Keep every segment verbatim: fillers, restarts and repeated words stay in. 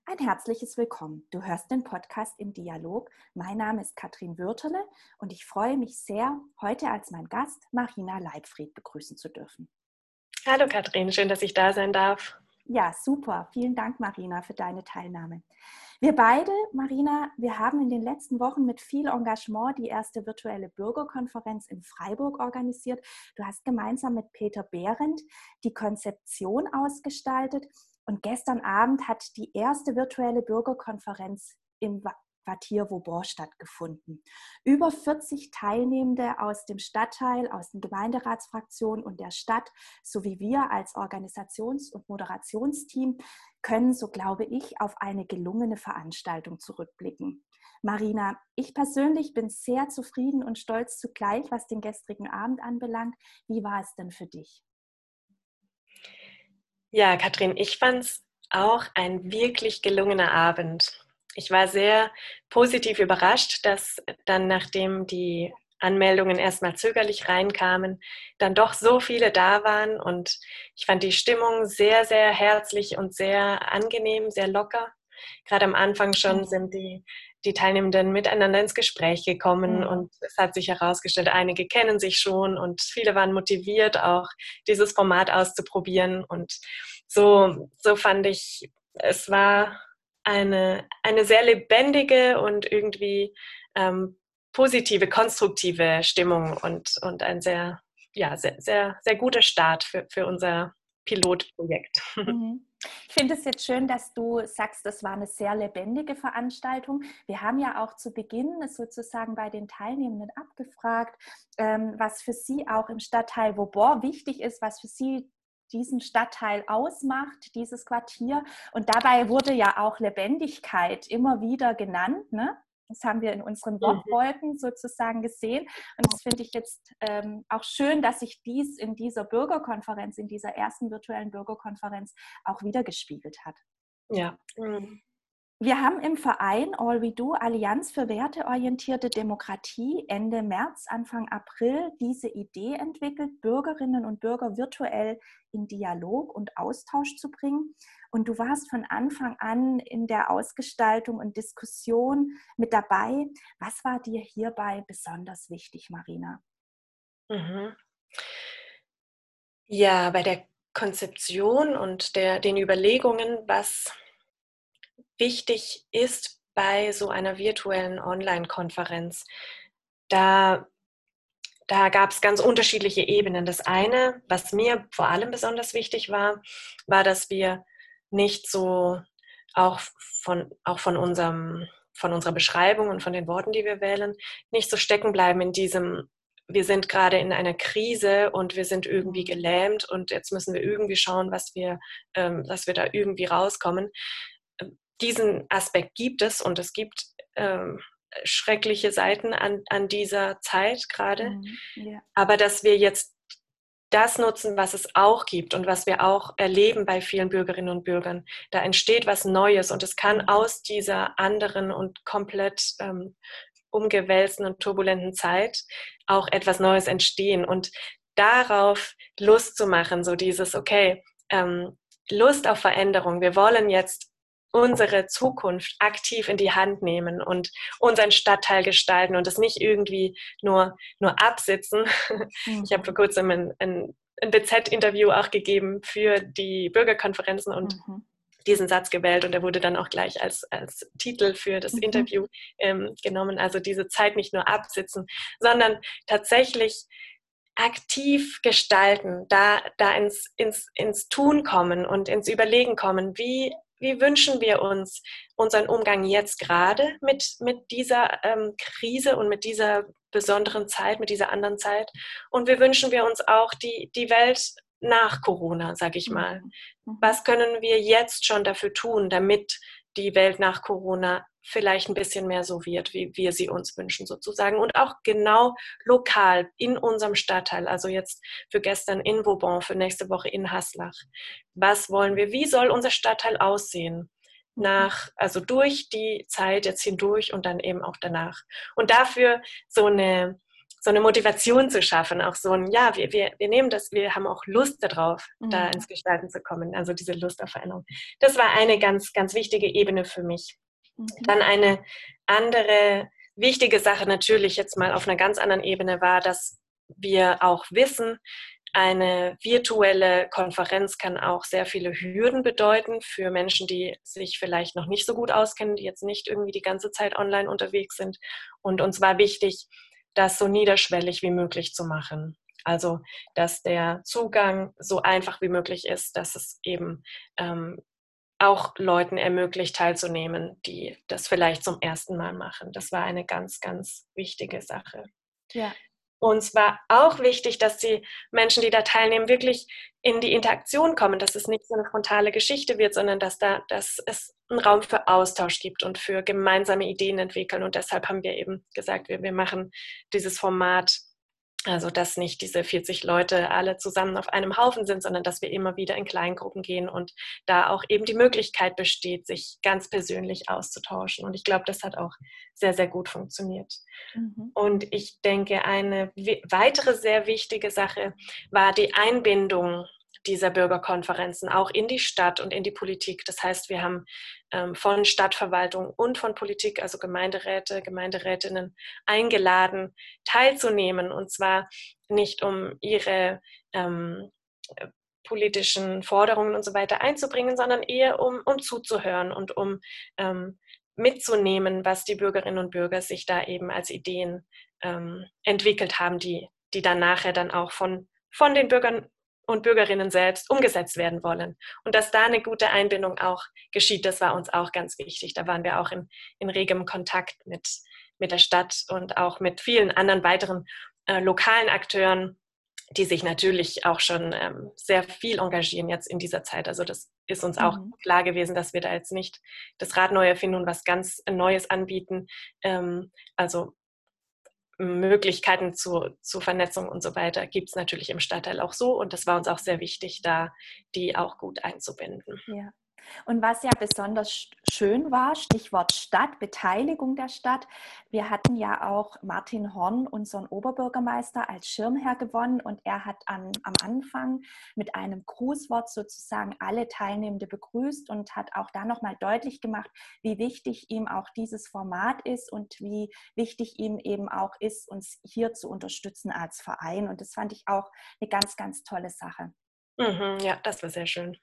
Ein herzliches Willkommen. Du hörst den Podcast im Dialog. Mein Name ist Katrin Würterle und ich freue mich sehr, heute als mein Gast Marina Leibfried begrüßen zu dürfen. Hallo Katrin, schön, dass ich da sein darf. Ja, super. Vielen Dank, Marina, für deine Teilnahme. Wir beide, Marina, wir haben in den letzten Wochen mit viel Engagement die erste virtuelle Bürgerkonferenz in Freiburg organisiert. Du hast gemeinsam mit Peter Behrendt die Konzeption ausgestaltet und gestern Abend hat die erste virtuelle Bürgerkonferenz im Quartier Vauban stattgefunden. Über vierzig Teilnehmende aus dem Stadtteil, aus den Gemeinderatsfraktionen und der Stadt sowie wir als Organisations- und Moderationsteam können, so glaube ich, auf eine gelungene Veranstaltung zurückblicken. Marina, ich persönlich bin sehr zufrieden und stolz zugleich, was den gestrigen Abend anbelangt. Wie war es denn für dich? Ja, Katrin, ich fand es auch ein wirklich gelungener Abend. Ich war sehr positiv überrascht, dass dann, nachdem die Anmeldungen erstmal zögerlich reinkamen, dann doch so viele da waren und ich fand die Stimmung sehr, sehr herzlich und sehr angenehm, sehr locker. Gerade am Anfang schon sind die, die Teilnehmenden miteinander ins Gespräch gekommen Mhm. und es hat sich herausgestellt, einige kennen sich schon und viele waren motiviert, auch dieses Format auszuprobieren und so, so fand ich, es war eine, eine sehr lebendige und irgendwie ähm, positive, konstruktive Stimmung und, und ein sehr, ja, sehr, sehr, sehr guter Start für, für unser Pilotprojekt. Mhm. Ich finde es jetzt schön, dass du sagst, das war eine sehr lebendige Veranstaltung. Wir haben ja auch zu Beginn sozusagen bei den Teilnehmenden abgefragt, was für sie auch im Stadtteil Vauban wichtig ist, was für sie diesen Stadtteil ausmacht, dieses Quartier. Und dabei wurde ja auch Lebendigkeit immer wieder genannt, ne? Das haben wir in unseren Wortwolken sozusagen gesehen. Und das finde ich jetzt ähm, auch schön, dass sich dies in dieser Bürgerkonferenz, in dieser ersten virtuellen Bürgerkonferenz auch wiedergespiegelt hat. Ja. Mhm. Wir haben im Verein All We Do, Allianz für werteorientierte Demokratie, Ende März, Anfang April diese Idee entwickelt, Bürgerinnen und Bürger virtuell in Dialog und Austausch zu bringen. Und du warst von Anfang an in der Ausgestaltung und Diskussion mit dabei. Was war dir hierbei besonders wichtig, Marina? Mhm. Ja, bei der Konzeption und der, den Überlegungen, was wichtig ist bei so einer virtuellen Online-Konferenz, da, da gab es ganz unterschiedliche Ebenen. Das eine, was mir vor allem besonders wichtig war, war, dass wir nicht so auch von, auch von unserem, von unserer Beschreibung und von den Worten, die wir wählen, nicht so stecken bleiben in diesem, wir sind gerade in einer Krise und wir sind irgendwie gelähmt und jetzt müssen wir irgendwie schauen, was wir, ähm, dass wir da irgendwie rauskommen. Diesen Aspekt gibt es und es gibt ähm, schreckliche Seiten an, an dieser Zeit gerade. Mhm, yeah. Aber dass wir jetzt das nutzen, was es auch gibt und was wir auch erleben bei vielen Bürgerinnen und Bürgern. Da entsteht was Neues und es kann Mhm. aus dieser anderen und komplett ähm, umgewälzten und turbulenten Zeit auch etwas Neues entstehen. Und darauf Lust zu machen, so dieses, okay, ähm, Lust auf Veränderung. Wir wollen jetzt unsere Zukunft aktiv in die Hand nehmen und unseren Stadtteil gestalten und es nicht irgendwie nur, nur absitzen. Mhm. Ich habe vor kurzem ein, ein, ein B Z-Interview auch gegeben für die Bürgerkonferenzen und Mhm. diesen Satz gewählt und der wurde dann auch gleich als, als Titel für das Mhm. Interview ähm, genommen. Also diese Zeit nicht nur absitzen, sondern tatsächlich aktiv gestalten, da, da ins, ins, ins Tun kommen und ins Überlegen kommen, wie, wie wünschen wir uns unseren Umgang jetzt gerade mit, mit dieser ähm, Krise und mit dieser besonderen Zeit, mit dieser anderen Zeit und wie wünschen wir uns auch die, die Welt nach Corona, sag ich mal. Mhm. Was können wir jetzt schon dafür tun, damit die Welt nach Corona vielleicht ein bisschen mehr so wird, wie wir sie uns wünschen sozusagen und auch genau lokal in unserem Stadtteil, also jetzt für gestern in Vauban, für nächste Woche in Haslach. Was wollen wir, wie soll unser Stadtteil aussehen? Nach, also durch die Zeit jetzt hindurch und dann eben auch danach. Und dafür so eine, so eine Motivation zu schaffen, auch so ein, ja, wir, wir, wir nehmen das, wir haben auch Lust darauf, mhm. da ins Gestalten zu kommen, also diese Lust auf Veränderung. Das war eine ganz, ganz wichtige Ebene für mich. Mhm. Dann eine andere wichtige Sache natürlich jetzt mal auf einer ganz anderen Ebene war, dass wir auch wissen, eine virtuelle Konferenz kann auch sehr viele Hürden bedeuten für Menschen, die sich vielleicht noch nicht so gut auskennen, die jetzt nicht irgendwie die ganze Zeit online unterwegs sind. Und uns war wichtig, das so niederschwellig wie möglich zu machen. Also, dass der Zugang so einfach wie möglich ist, dass es eben ähm, auch Leuten ermöglicht, teilzunehmen, die das vielleicht zum ersten Mal machen. Das war eine ganz, ganz wichtige Sache. Ja. Uns war auch wichtig, dass die Menschen, die da teilnehmen, wirklich in die Interaktion kommen, dass es nicht so eine frontale Geschichte wird, sondern dass, da, dass es einen Raum für Austausch gibt und für gemeinsame Ideen entwickeln. Und deshalb haben wir eben gesagt, wir, wir machen dieses Format, also dass nicht diese vierzig Leute alle zusammen auf einem Haufen sind, sondern dass wir immer wieder in Kleingruppen gehen und da auch eben die Möglichkeit besteht, sich ganz persönlich auszutauschen. Und ich glaube, das hat auch sehr, sehr gut funktioniert. Mhm. Und ich denke, eine weitere sehr wichtige Sache war die Einbindung dieser Bürgerkonferenzen auch in die Stadt und in die Politik. Das heißt, wir haben ähm, von Stadtverwaltung und von Politik, also Gemeinderäte, Gemeinderätinnen, eingeladen, teilzunehmen. Und zwar nicht um ihre ähm, politischen Forderungen und so weiter einzubringen, sondern eher um, um zuzuhören und um ähm, mitzunehmen, was die Bürgerinnen und Bürger sich da eben als Ideen ähm, entwickelt haben, die, die dann nachher dann auch von, von den Bürgern und Bürgerinnen selbst umgesetzt werden wollen. Und dass da eine gute Einbindung auch geschieht, das war uns auch ganz wichtig. Da waren wir auch in, in regem Kontakt mit, mit der Stadt und auch mit vielen anderen weiteren äh, lokalen Akteuren, die sich natürlich auch schon ähm, sehr viel engagieren jetzt in dieser Zeit. Also das ist uns auch mhm. klar gewesen, dass wir da jetzt nicht das Rad neu erfinden und was ganz Neues anbieten. Ähm, also Möglichkeiten zu, zu Vernetzung und so weiter gibt es natürlich im Stadtteil auch so. Und das war uns auch sehr wichtig, da die auch gut einzubinden. Ja. Und was ja besonders schön war, Stichwort Stadt, Beteiligung der Stadt. Wir hatten ja auch Martin Horn, unseren Oberbürgermeister, als Schirmherr gewonnen und er hat an, am Anfang mit einem Grußwort sozusagen alle Teilnehmende begrüßt und hat auch da nochmal deutlich gemacht, wie wichtig ihm auch dieses Format ist und wie wichtig ihm eben auch ist, uns hier zu unterstützen als Verein. Und das fand ich auch eine ganz, ganz tolle Sache. Mhm, ja, das war sehr schön.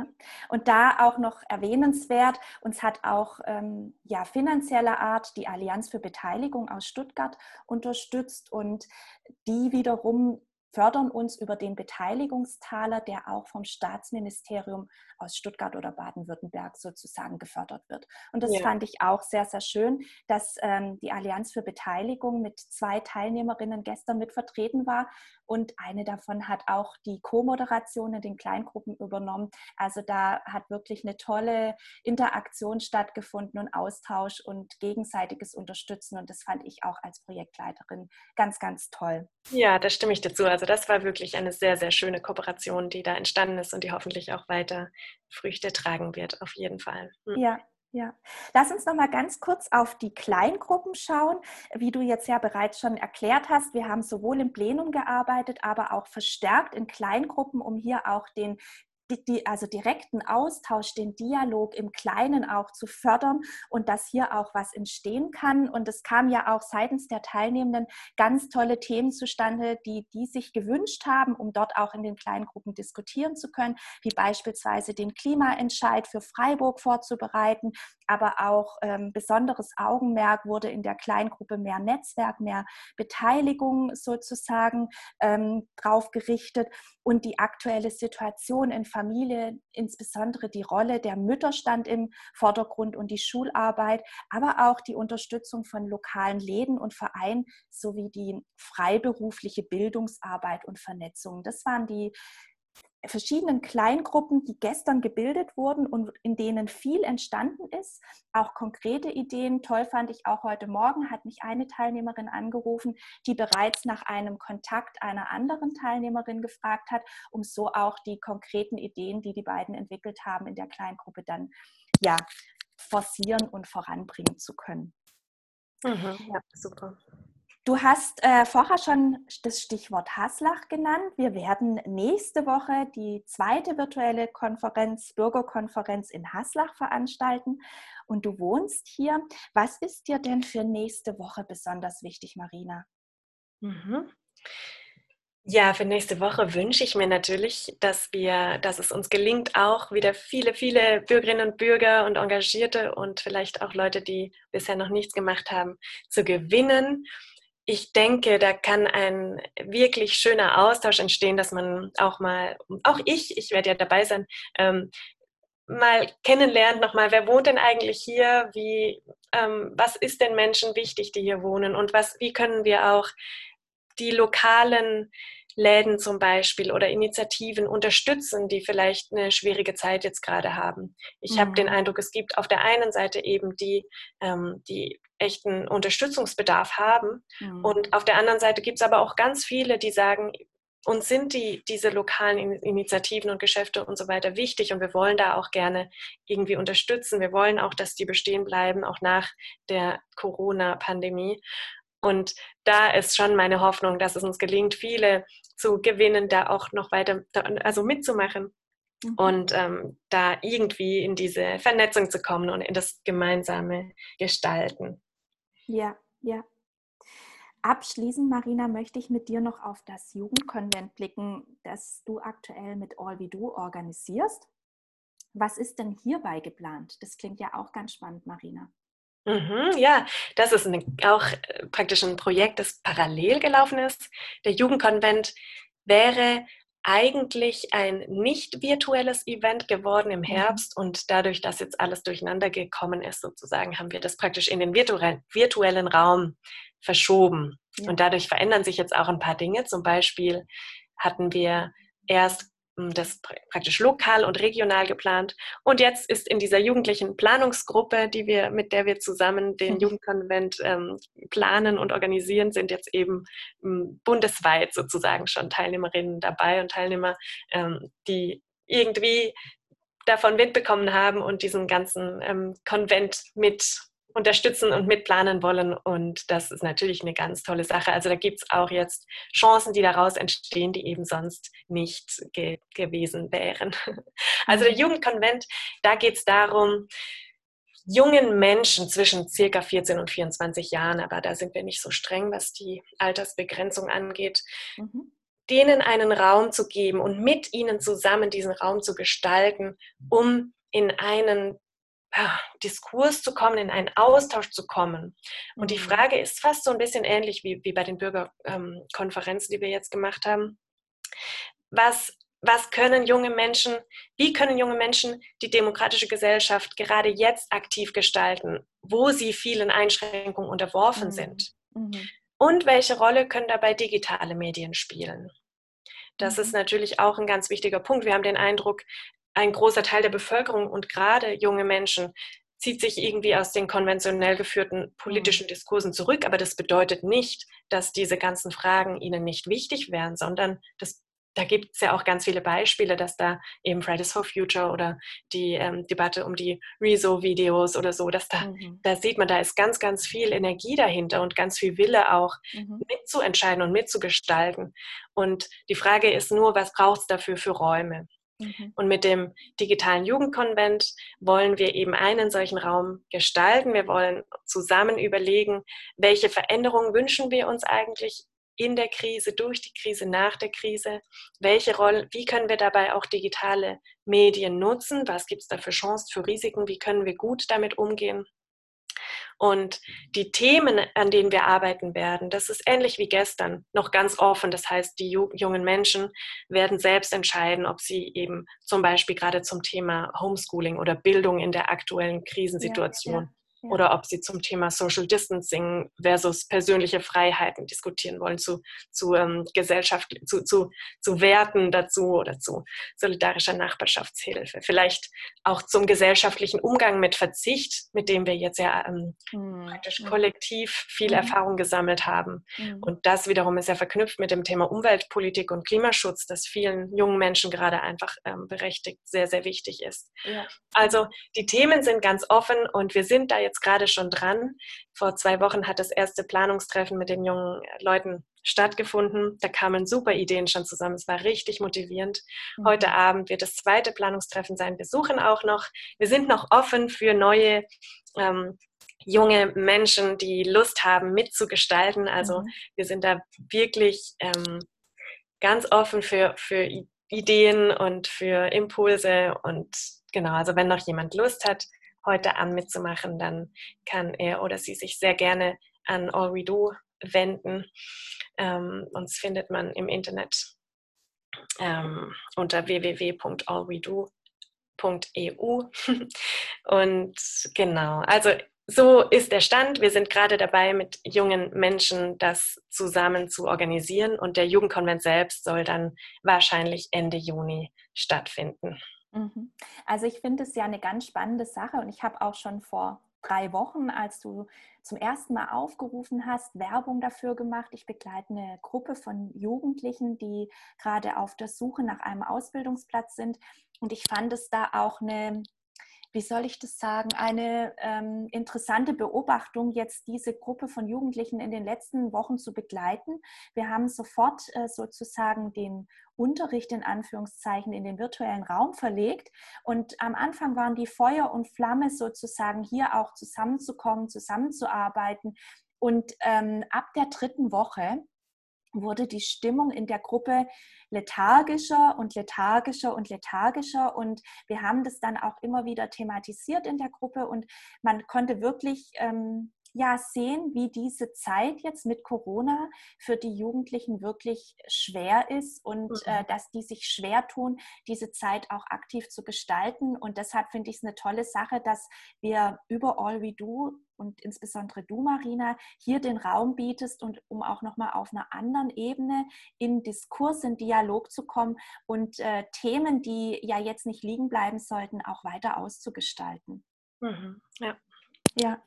Und da auch noch erwähnenswert, uns hat auch ähm, ja, finanzieller Art die Allianz für Beteiligung aus Stuttgart unterstützt und die wiederum fördern uns über den Beteiligungstaler, der auch vom Staatsministerium aus Stuttgart oder Baden-Württemberg sozusagen gefördert wird. Und das ja. fand ich auch sehr, sehr schön, dass ähm, die Allianz für Beteiligung mit zwei Teilnehmerinnen gestern mit vertreten war und eine davon hat auch die Co-Moderation in den Kleingruppen übernommen. Also da hat wirklich eine tolle Interaktion stattgefunden und Austausch und gegenseitiges Unterstützen und das fand ich auch als Projektleiterin ganz, ganz toll. Ja, da stimme ich dazu. Also das war wirklich eine sehr, sehr schöne Kooperation, die da entstanden ist und die hoffentlich auch weiter Früchte tragen wird, auf jeden Fall. Hm. Ja. Ja, lass uns noch mal ganz kurz auf die Kleingruppen schauen. Wie du jetzt ja bereits schon erklärt hast, wir haben sowohl im Plenum gearbeitet, aber auch verstärkt in Kleingruppen, um hier auch den Die, die, also direkten Austausch, den Dialog im Kleinen auch zu fördern und dass hier auch was entstehen kann. Und es kam ja auch seitens der Teilnehmenden ganz tolle Themen zustande, die die sich gewünscht haben, um dort auch in den Kleingruppen diskutieren zu können, wie beispielsweise den Klimaentscheid für Freiburg vorzubereiten, aber auch ähm, besonderes Augenmerk wurde in der Kleingruppe mehr Netzwerk, mehr Beteiligung sozusagen ähm, drauf gerichtet und die aktuelle Situation in Familie, insbesondere die Rolle der Mütter stand im Vordergrund und die Schularbeit, aber auch die Unterstützung von lokalen Läden und Vereinen sowie die freiberufliche Bildungsarbeit und Vernetzung. Das waren die verschiedenen Kleingruppen, die gestern gebildet wurden und in denen viel entstanden ist, auch konkrete Ideen. Toll fand ich auch heute Morgen, hat mich eine Teilnehmerin angerufen, die bereits nach einem Kontakt einer anderen Teilnehmerin gefragt hat, um so auch die konkreten Ideen, die die beiden entwickelt haben, in der Kleingruppe dann ja, forcieren und voranbringen zu können. Mhm, ja, super. Du hast äh, vorher schon das Stichwort Haslach genannt. Wir werden nächste Woche die zweite virtuelle Konferenz, Bürgerkonferenz in Haslach veranstalten und du wohnst hier. Was ist dir denn für nächste Woche besonders wichtig, Marina? Mhm. Ja, für nächste Woche wünsche ich mir natürlich, dass wir, dass es uns gelingt, auch wieder viele, viele Bürgerinnen und Bürger und Engagierte und vielleicht auch Leute, die bisher noch nichts gemacht haben, zu gewinnen. Ich denke, da kann ein wirklich schöner Austausch entstehen, dass man auch mal, auch ich, ich werde ja dabei sein, ähm, mal kennenlernt, nochmal, wer wohnt denn eigentlich hier, wie, ähm, was ist den Menschen wichtig, die hier wohnen und was, wie können wir auch die lokalen Läden zum Beispiel oder Initiativen unterstützen, die vielleicht eine schwierige Zeit jetzt gerade haben. Ich mhm. habe den Eindruck, es gibt auf der einen Seite eben die, ähm, die echten Unterstützungsbedarf haben mhm. und auf der anderen Seite gibt es aber auch ganz viele, die sagen, uns sind die, diese lokalen Initiativen und Geschäfte und so weiter wichtig und wir wollen da auch gerne irgendwie unterstützen. Wir wollen auch, dass die bestehen bleiben, auch nach der Corona-Pandemie. Und da ist schon meine Hoffnung, dass es uns gelingt, viele zu gewinnen, da auch noch weiter, also mitzumachen mhm. und ähm, da irgendwie in diese Vernetzung zu kommen und in das gemeinsame Gestalten. Ja, ja. Abschließend, Marina, möchte ich mit dir noch auf das Jugendkonvent blicken, das du aktuell mit All We Do organisierst. Was ist denn hierbei geplant? Das klingt ja auch ganz spannend, Marina. Mhm, ja, das ist eine, auch praktisch ein Projekt, das parallel gelaufen ist. Der Jugendkonvent wäre eigentlich ein nicht virtuelles Event geworden im Herbst mhm. und dadurch, dass jetzt alles durcheinander gekommen ist, sozusagen, haben wir das praktisch in den virtuellen, virtuellen Raum verschoben. Ja. Und dadurch verändern sich jetzt auch ein paar Dinge. Zum Beispiel hatten wir erst das praktisch lokal und regional geplant. Und jetzt ist in dieser jugendlichen Planungsgruppe, die wir, mit der wir zusammen den mhm. Jugendkonvent ähm, planen und organisieren, sind jetzt eben ähm, bundesweit sozusagen schon Teilnehmerinnen dabei und Teilnehmer, ähm, die irgendwie davon Wind bekommen haben und diesen ganzen ähm, Konvent mit unterstützen und mitplanen wollen. Und das ist natürlich eine ganz tolle Sache. Also da gibt es auch jetzt Chancen, die daraus entstehen, die eben sonst nicht ge- gewesen wären. Also der Jugendkonvent, da geht es darum, jungen Menschen zwischen circa vierzehn und vierundzwanzig Jahren, aber da sind wir nicht so streng, was die Altersbegrenzung angeht, mhm. denen einen Raum zu geben und mit ihnen zusammen diesen Raum zu gestalten, um in einen ja, Diskurs zu kommen, in einen Austausch zu kommen. Und mhm. die Frage ist fast so ein bisschen ähnlich wie, wie bei den Bürgerkonferenzen, ähm, die wir jetzt gemacht haben. Was, was können junge Menschen, wie können junge Menschen die demokratische Gesellschaft gerade jetzt aktiv gestalten, wo sie vielen Einschränkungen unterworfen mhm. sind? Mhm. Und welche Rolle können dabei digitale Medien spielen? Das mhm. ist natürlich auch ein ganz wichtiger Punkt. Wir haben den Eindruck, ein großer Teil der Bevölkerung und gerade junge Menschen zieht sich irgendwie aus den konventionell geführten politischen mhm. Diskursen zurück. Aber das bedeutet nicht, dass diese ganzen Fragen ihnen nicht wichtig wären, sondern das, da gibt es ja auch ganz viele Beispiele, dass da eben Fridays for Future oder die ähm, Debatte um die Rezo-Videos oder so, dass da, mhm. da sieht man, da ist ganz, ganz viel Energie dahinter und ganz viel Wille auch mhm. mitzuentscheiden und mitzugestalten. Und die Frage ist nur, was braucht es dafür für Räume? Mhm. Und mit dem digitalen Jugendkonvent wollen wir eben einen solchen Raum gestalten. Wir wollen zusammen überlegen, welche Veränderungen wünschen wir uns eigentlich in der Krise, durch die Krise, nach der Krise. Welche Rolle, wie können wir dabei auch digitale Medien nutzen? Was gibt es da für Chancen, für Risiken? Wie können wir gut damit umgehen? Und die Themen, an denen wir arbeiten werden, das ist ähnlich wie gestern, noch ganz offen. Das heißt, die jungen Menschen werden selbst entscheiden, ob sie eben zum Beispiel gerade zum Thema Homeschooling oder Bildung in der aktuellen Krisensituation ja, ja. Ja. oder ob sie zum Thema Social Distancing versus persönliche Freiheiten diskutieren wollen, zu, zu ähm, Gesellschaft, zu, zu, zu Werten dazu oder zu solidarischer Nachbarschaftshilfe. Vielleicht auch zum gesellschaftlichen Umgang mit Verzicht, mit dem wir jetzt ja ähm, mhm. praktisch kollektiv viel mhm. Erfahrung gesammelt haben. Mhm. Und das wiederum ist ja verknüpft mit dem Thema Umweltpolitik und Klimaschutz, das vielen jungen Menschen gerade einfach ähm, berechtigt sehr, sehr wichtig ist. Ja. Also die Themen sind ganz offen und wir sind da jetzt jetzt gerade schon dran. Vor zwei Wochen hat das erste Planungstreffen mit den jungen Leuten stattgefunden. Da kamen super Ideen schon zusammen. Es war richtig motivierend. Mhm. Heute Abend wird das zweite Planungstreffen sein. Wir suchen auch noch. Wir sind noch offen für neue ähm, junge Menschen, die Lust haben, mitzugestalten. Also mhm. wir sind da wirklich ähm, ganz offen für, für Ideen und für Impulse. Und genau, also wenn noch jemand Lust hat, heute Abend mitzumachen, dann kann er oder sie sich sehr gerne an All We Do wenden. Ähm, uns findet man im Internet ähm, unter w w w punkt all we do punkt e u. Und genau, also so ist der Stand. Wir sind gerade dabei, mit jungen Menschen das zusammen zu organisieren, und der Jugendkonvent selbst soll dann wahrscheinlich Ende Juni stattfinden. Also ich finde es ja eine ganz spannende Sache, und ich habe auch schon vor drei Wochen, als du zum ersten Mal aufgerufen hast, Werbung dafür gemacht. Ich begleite eine Gruppe von Jugendlichen, die gerade auf der Suche nach einem Ausbildungsplatz sind, und ich fand es da auch eine, wie soll ich das sagen, eine ähm, interessante Beobachtung, jetzt diese Gruppe von Jugendlichen in den letzten Wochen zu begleiten. Wir haben sofort äh, sozusagen den Unterricht in Anführungszeichen in den virtuellen Raum verlegt, und am Anfang waren die Feuer und Flamme sozusagen, hier auch zusammenzukommen, zusammenzuarbeiten, und ähm, ab der dritten Woche wurde die Stimmung in der Gruppe lethargischer und lethargischer und lethargischer, und wir haben das dann auch immer wieder thematisiert in der Gruppe, und man konnte wirklich ähm, ja, sehen, wie diese Zeit jetzt mit Corona für die Jugendlichen wirklich schwer ist, und mhm. äh, dass die sich schwer tun, diese Zeit auch aktiv zu gestalten. Und deshalb finde ich es eine tolle Sache, dass wir über All We Do und insbesondere du, Marina, hier den Raum bietest, und um auch nochmal auf einer anderen Ebene in Diskurs, in Dialog zu kommen und äh, Themen, die ja jetzt nicht liegen bleiben sollten, auch weiter auszugestalten. Mhm. Ja. Ja.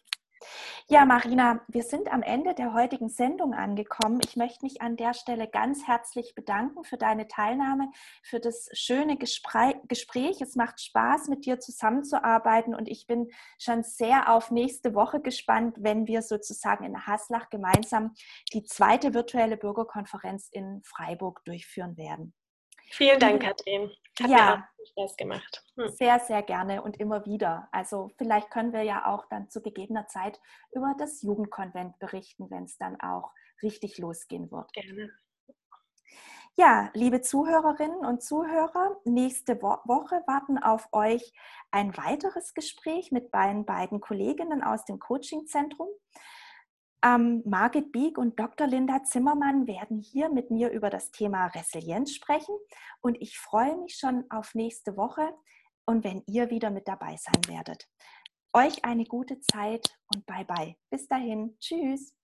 Ja, Marina, wir sind am Ende der heutigen Sendung angekommen. Ich möchte mich an der Stelle ganz herzlich bedanken für deine Teilnahme, für das schöne Gespräch. Es macht Spaß, mit dir zusammenzuarbeiten, und ich bin schon sehr auf nächste Woche gespannt, wenn wir sozusagen in Haslach gemeinsam die zweite virtuelle Bürgerkonferenz in Freiburg durchführen werden. Vielen Dank, Katrin. Hat ja, mir auch viel Spaß gemacht. Hm. Sehr, sehr gerne und immer wieder. Also vielleicht können wir ja auch dann zu gegebener Zeit über das Jugendkonvent berichten, wenn es dann auch richtig losgehen wird. Gerne. Ja, liebe Zuhörerinnen und Zuhörer, nächste Wo- Woche warten auf euch ein weiteres Gespräch mit meinen beiden Kolleginnen aus dem Coachingzentrum. Ähm, Margit Bieg und Doktor Linda Zimmermann werden hier mit mir über das Thema Resilienz sprechen, und ich freue mich schon auf nächste Woche und wenn ihr wieder mit dabei sein werdet. Euch eine gute Zeit und bye bye. Bis dahin. Tschüss.